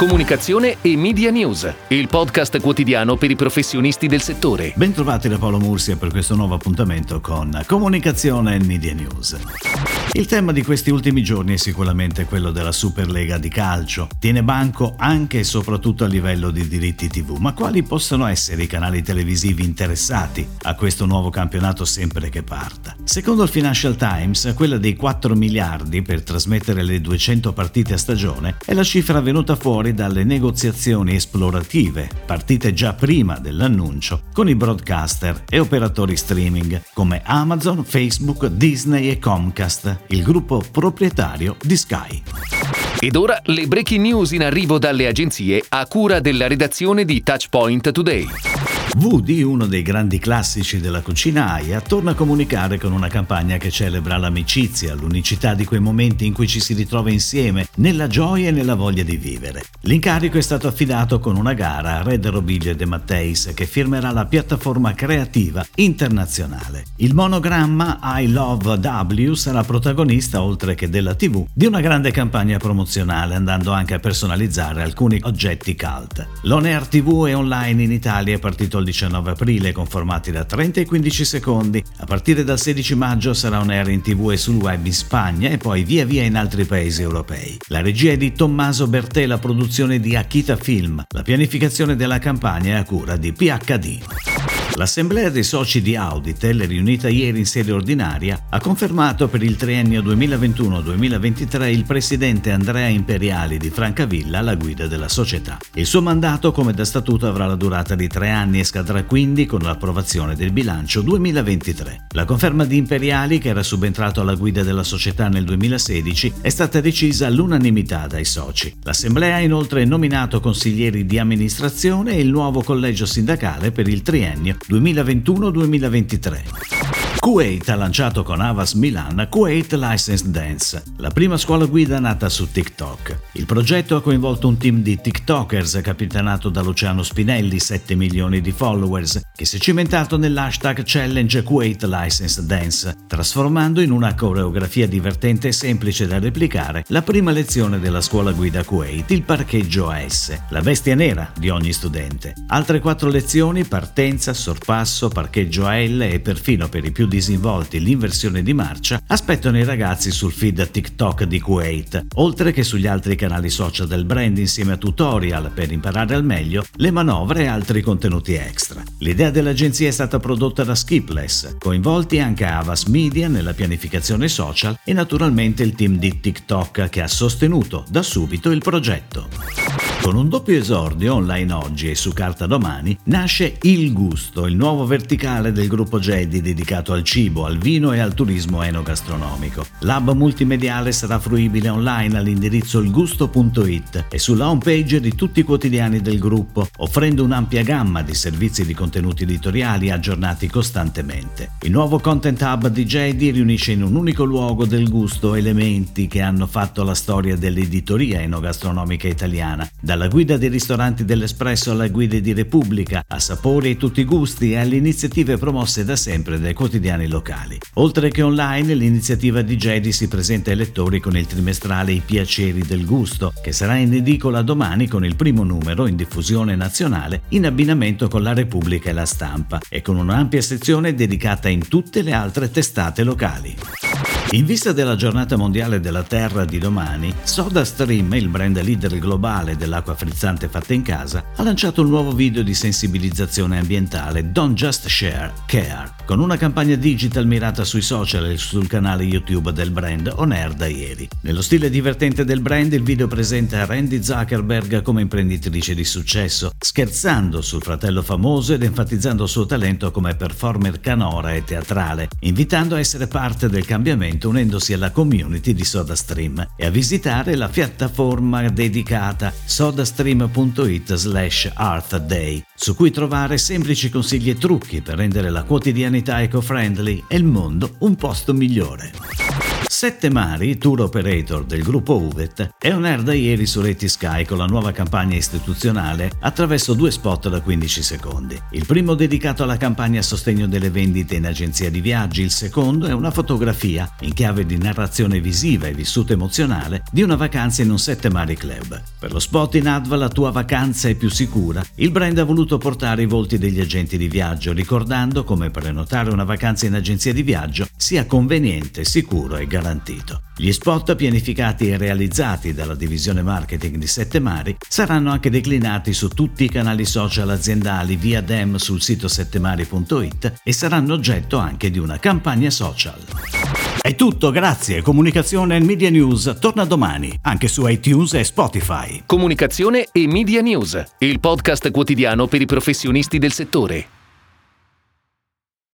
Comunicazione e Media News, il podcast quotidiano per i professionisti del settore. Bentrovati da Paolo Mursia per questo nuovo appuntamento con Comunicazione e Media News. Il tema di questi ultimi giorni è sicuramente quello della Superlega di calcio. Tiene banco anche e soprattutto a livello di diritti TV, ma quali possono essere i canali televisivi interessati a questo nuovo campionato sempre che parta? Secondo il Financial Times, quella dei 4 miliardi per trasmettere le 200 partite a stagione è la cifra venuta fuori dalle negoziazioni esplorative, partite già prima dell'annuncio, con i broadcaster e operatori streaming come Amazon, Facebook, Disney e Comcast, il gruppo proprietario di Sky. Ed ora le breaking news in arrivo dalle agenzie a cura della redazione di Touchpoint Today. Woody, uno dei grandi classici della cucina Aia, torna a comunicare con una campagna che celebra l'amicizia, l'unicità di quei momenti in cui ci si ritrova insieme, nella gioia e nella voglia di vivere. L'incarico è stato affidato con una gara a Red Robiglio e De Matteis che firmerà la piattaforma creativa internazionale. Il monogramma I Love W sarà protagonista, oltre che della TV, di una grande campagna promozionale, andando anche a personalizzare alcuni oggetti cult. L'on air TV è online in Italia, è partito il 19 aprile con formati da 30 e 15 secondi. A partire dal 16 maggio sarà on air in TV e sul web in Spagna e poi via via in altri paesi europei. La regia è di Tommaso Bertè, la produzione di Akita Film. La pianificazione della campagna è a cura di PHD. L'assemblea dei soci di Auditel, riunita ieri in sede ordinaria, ha confermato per il triennio 2021-2023 il presidente Andrea Imperiali di Francavilla alla guida della società. Il suo mandato, come da statuto, avrà la durata di 3 anni e scadrà quindi con l'approvazione del bilancio 2023. La conferma di Imperiali, che era subentrato alla guida della società nel 2016, è stata decisa all'unanimità dai soci. L'assemblea ha inoltre nominato consiglieri di amministrazione e il nuovo collegio sindacale per il triennio 2021-2023. Kuwait ha lanciato con Havas Milan Kuwait Licensed Dance, la prima scuola guida nata su TikTok. Il progetto ha coinvolto un team di TikTokers capitanato da Luciano Spinelli, 7 milioni di followers, che si è cimentato nell'hashtag Challenge Kuwait Licensed Dance, trasformando in una coreografia divertente e semplice da replicare la prima lezione della scuola guida Kuwait, il parcheggio a S, la bestia nera di ogni studente. Altre 4 lezioni, partenza, sorpasso, parcheggio a L e perfino per i più disinvolti l'inversione di marcia, aspettano i ragazzi sul feed TikTok di Kuwait, oltre che sugli altri canali social del brand insieme a tutorial per imparare al meglio le manovre e altri contenuti extra. L'idea dell'agenzia è stata prodotta da Skipless, coinvolti anche Havas Media nella pianificazione social e naturalmente il team di TikTok che ha sostenuto da subito il progetto. Con un doppio esordio online oggi e su carta domani nasce Il Gusto, il nuovo verticale del gruppo Gedi dedicato al cibo, al vino e al turismo enogastronomico. L'hub multimediale sarà fruibile online all'indirizzo ilgusto.it e sulla homepage di tutti i quotidiani del gruppo, offrendo un'ampia gamma di servizi di contenuti editoriali aggiornati costantemente. Il nuovo content hub di Gedi riunisce in un unico luogo del gusto elementi che hanno fatto la storia dell'editoria enogastronomica italiana, dalla guida dei ristoranti dell'Espresso alla guida di Repubblica, a sapori e tutti i gusti e alle iniziative promosse da sempre dai quotidiani locali. Oltre che online, l'iniziativa di Gedi si presenta ai lettori con il trimestrale I Piaceri del Gusto, che sarà in edicola domani con il primo numero in diffusione nazionale in abbinamento con la Repubblica e la Stampa e con un'ampia sezione dedicata in tutte le altre testate locali. In vista della giornata mondiale della terra di domani, SodaStream, il brand leader globale dell'acqua frizzante fatta in casa, ha lanciato un nuovo video di sensibilizzazione ambientale Don't Just Share, Care, con una campagna digital mirata sui social e sul canale YouTube del brand on air da ieri. Nello stile divertente del brand, il video presenta Randy Zuckerberg come imprenditrice di successo, scherzando sul fratello famoso ed enfatizzando il suo talento come performer canora e teatrale, invitando a essere parte del cambiamento unendosi alla community di SodaStream e a visitare la piattaforma dedicata sodastream.it/Earth Day, su cui trovare semplici consigli e trucchi per rendere la quotidianità eco-friendly e il mondo un posto migliore. Sette Mari, tour operator del gruppo Uvet, è on air da ieri su Reti Sky con la nuova campagna istituzionale attraverso 2 spot da 15 secondi. Il primo dedicato alla campagna a sostegno delle vendite in agenzia di viaggi, il secondo è una fotografia in chiave di narrazione visiva e vissuto emozionale di una vacanza in un Sette Mari club. Per lo spot in ADV La tua vacanza è più sicura, il brand ha voluto portare i volti degli agenti di viaggio, ricordando come prenotare una vacanza in agenzia di viaggio sia conveniente, sicuro e garantito. Gli spot pianificati e realizzati dalla divisione marketing di Sette Mari saranno anche declinati su tutti i canali social aziendali via DEM sul sito settemari.it e saranno oggetto anche di una campagna social. È tutto, grazie. Comunicazione e Media News torna domani, anche su iTunes e Spotify. Comunicazione e Media News, il podcast quotidiano per i professionisti del settore.